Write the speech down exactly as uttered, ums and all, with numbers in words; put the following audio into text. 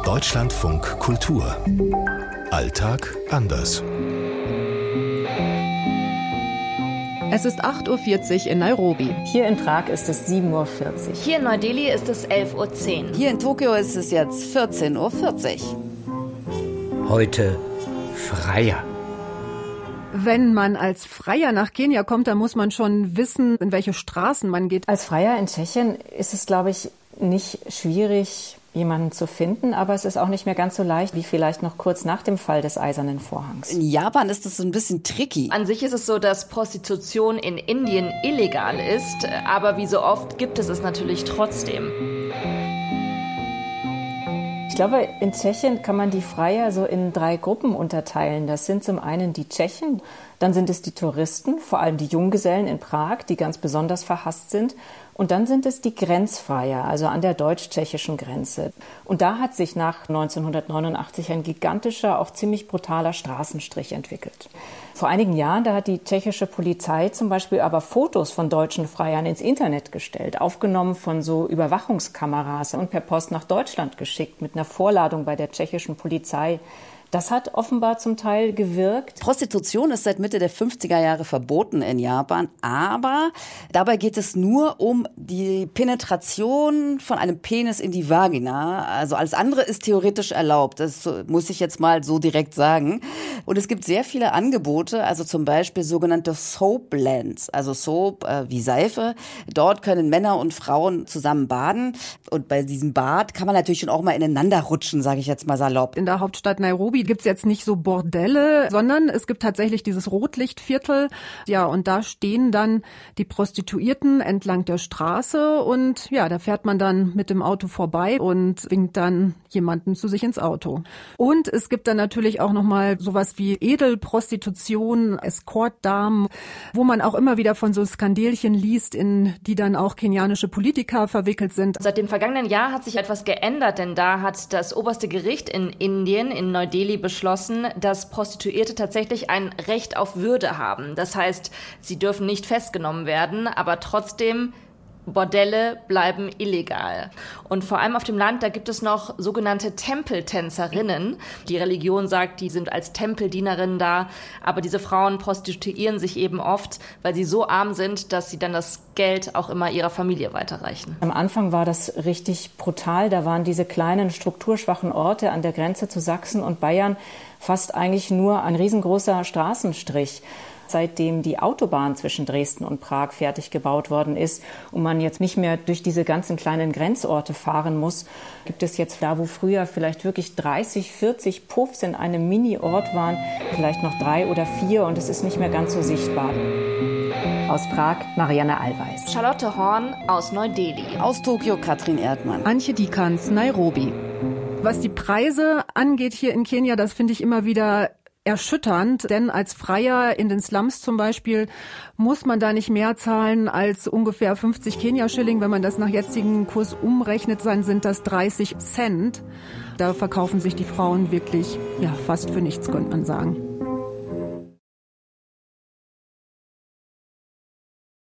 Deutschlandfunk Kultur. Alltag anders. Es ist acht Uhr vierzig in Nairobi. Hier in Prag ist es sieben Uhr vierzig. Hier in Neu-Delhi ist es elf Uhr zehn. Hier in Tokio ist es jetzt vierzehn Uhr vierzig. Heute Freier. Wenn man als Freier nach Kenia kommt, dann muss man schon wissen, in welche Straßen man geht. Als Freier in Tschechien ist es, glaube ich, nicht schwierig, jemanden zu finden, aber es ist auch nicht mehr ganz so leicht wie vielleicht noch kurz nach dem Fall des Eisernen Vorhangs. In Japan ist das so ein bisschen tricky. An sich ist es so, dass Prostitution in Indien illegal ist, aber wie so oft gibt es es natürlich trotzdem. Ich glaube, in Tschechien kann man die Freier so in drei Gruppen unterteilen. Das sind zum einen die Tschechen, dann sind es die Touristen, vor allem die Junggesellen in Prag, die ganz besonders verhasst sind. Und dann sind es die Grenzfreier, also an der deutsch-tschechischen Grenze. Und da hat sich nach neunzehnhundertneunundachtzig ein gigantischer, auch ziemlich brutaler Straßenstrich entwickelt. Vor einigen Jahren, da hat die tschechische Polizei zum Beispiel aber Fotos von deutschen Freiern ins Internet gestellt, aufgenommen von so Überwachungskameras und per Post nach Deutschland geschickt mit einer Vorladung bei der tschechischen Polizei. Das hat offenbar zum Teil gewirkt. Prostitution ist seit Mitte der fünfziger Jahre verboten in Japan, aber dabei geht es nur um die Penetration von einem Penis in die Vagina. Also alles andere ist theoretisch erlaubt, das muss ich jetzt mal so direkt sagen. Und es gibt sehr viele Angebote, also zum Beispiel sogenannte Soaplands, also Soap äh, wie Seife. Dort können Männer und Frauen zusammen baden und bei diesem Bad kann man natürlich schon auch mal ineinander rutschen, sage ich jetzt mal salopp. In der Hauptstadt Nairobi gibt es jetzt nicht so Bordelle, sondern es gibt tatsächlich dieses Rotlichtviertel. Ja, und da stehen dann die Prostituierten entlang der Straße und ja, da fährt man dann mit dem Auto vorbei und winkt dann jemanden zu sich ins Auto. Und es gibt dann natürlich auch nochmal sowas wie Edelprostitution, Escortdamen, wo man auch immer wieder von so Skandelchen liest, in die dann auch kenianische Politiker verwickelt sind. Seit dem vergangenen Jahr hat sich etwas geändert, denn da hat das oberste Gericht in Indien, in Neu-Delhi, beschlossen, dass Prostituierte tatsächlich ein Recht auf Würde haben. Das heißt, sie dürfen nicht festgenommen werden, aber trotzdem Bordelle bleiben illegal. Und vor allem auf dem Land, da gibt es noch sogenannte Tempeltänzerinnen. Die Religion sagt, die sind als Tempeldienerinnen da, aber diese Frauen prostituieren sich eben oft, weil sie so arm sind, dass sie dann das Geld auch immer ihrer Familie weiterreichen. Am Anfang war das richtig brutal. Da waren diese kleinen, strukturschwachen Orte an der Grenze zu Sachsen und Bayern fast eigentlich nur ein riesengroßer Straßenstrich. Seitdem die Autobahn zwischen Dresden und Prag fertig gebaut worden ist und man jetzt nicht mehr durch diese ganzen kleinen Grenzorte fahren muss, gibt es jetzt da, wo früher vielleicht wirklich dreißig, vierzig Puffs in einem Mini-Ort waren, vielleicht noch drei oder vier und es ist nicht mehr ganz so sichtbar. Aus Prag, Marianne Allweis. Charlotte Horn aus Neu-Delhi. Aus Tokio, Katrin Erdmann. Antje Dikans, Nairobi. Was die Preise angeht hier in Kenia, das finde ich immer wieder erschütternd, denn als Freier in den Slums zum Beispiel muss man da nicht mehr zahlen als ungefähr fünfzig Kenia-Schilling. Wenn man das nach jetzigem Kurs umrechnet, dann sind das dreißig Cent. Da verkaufen sich die Frauen wirklich ja fast für nichts, könnte man sagen.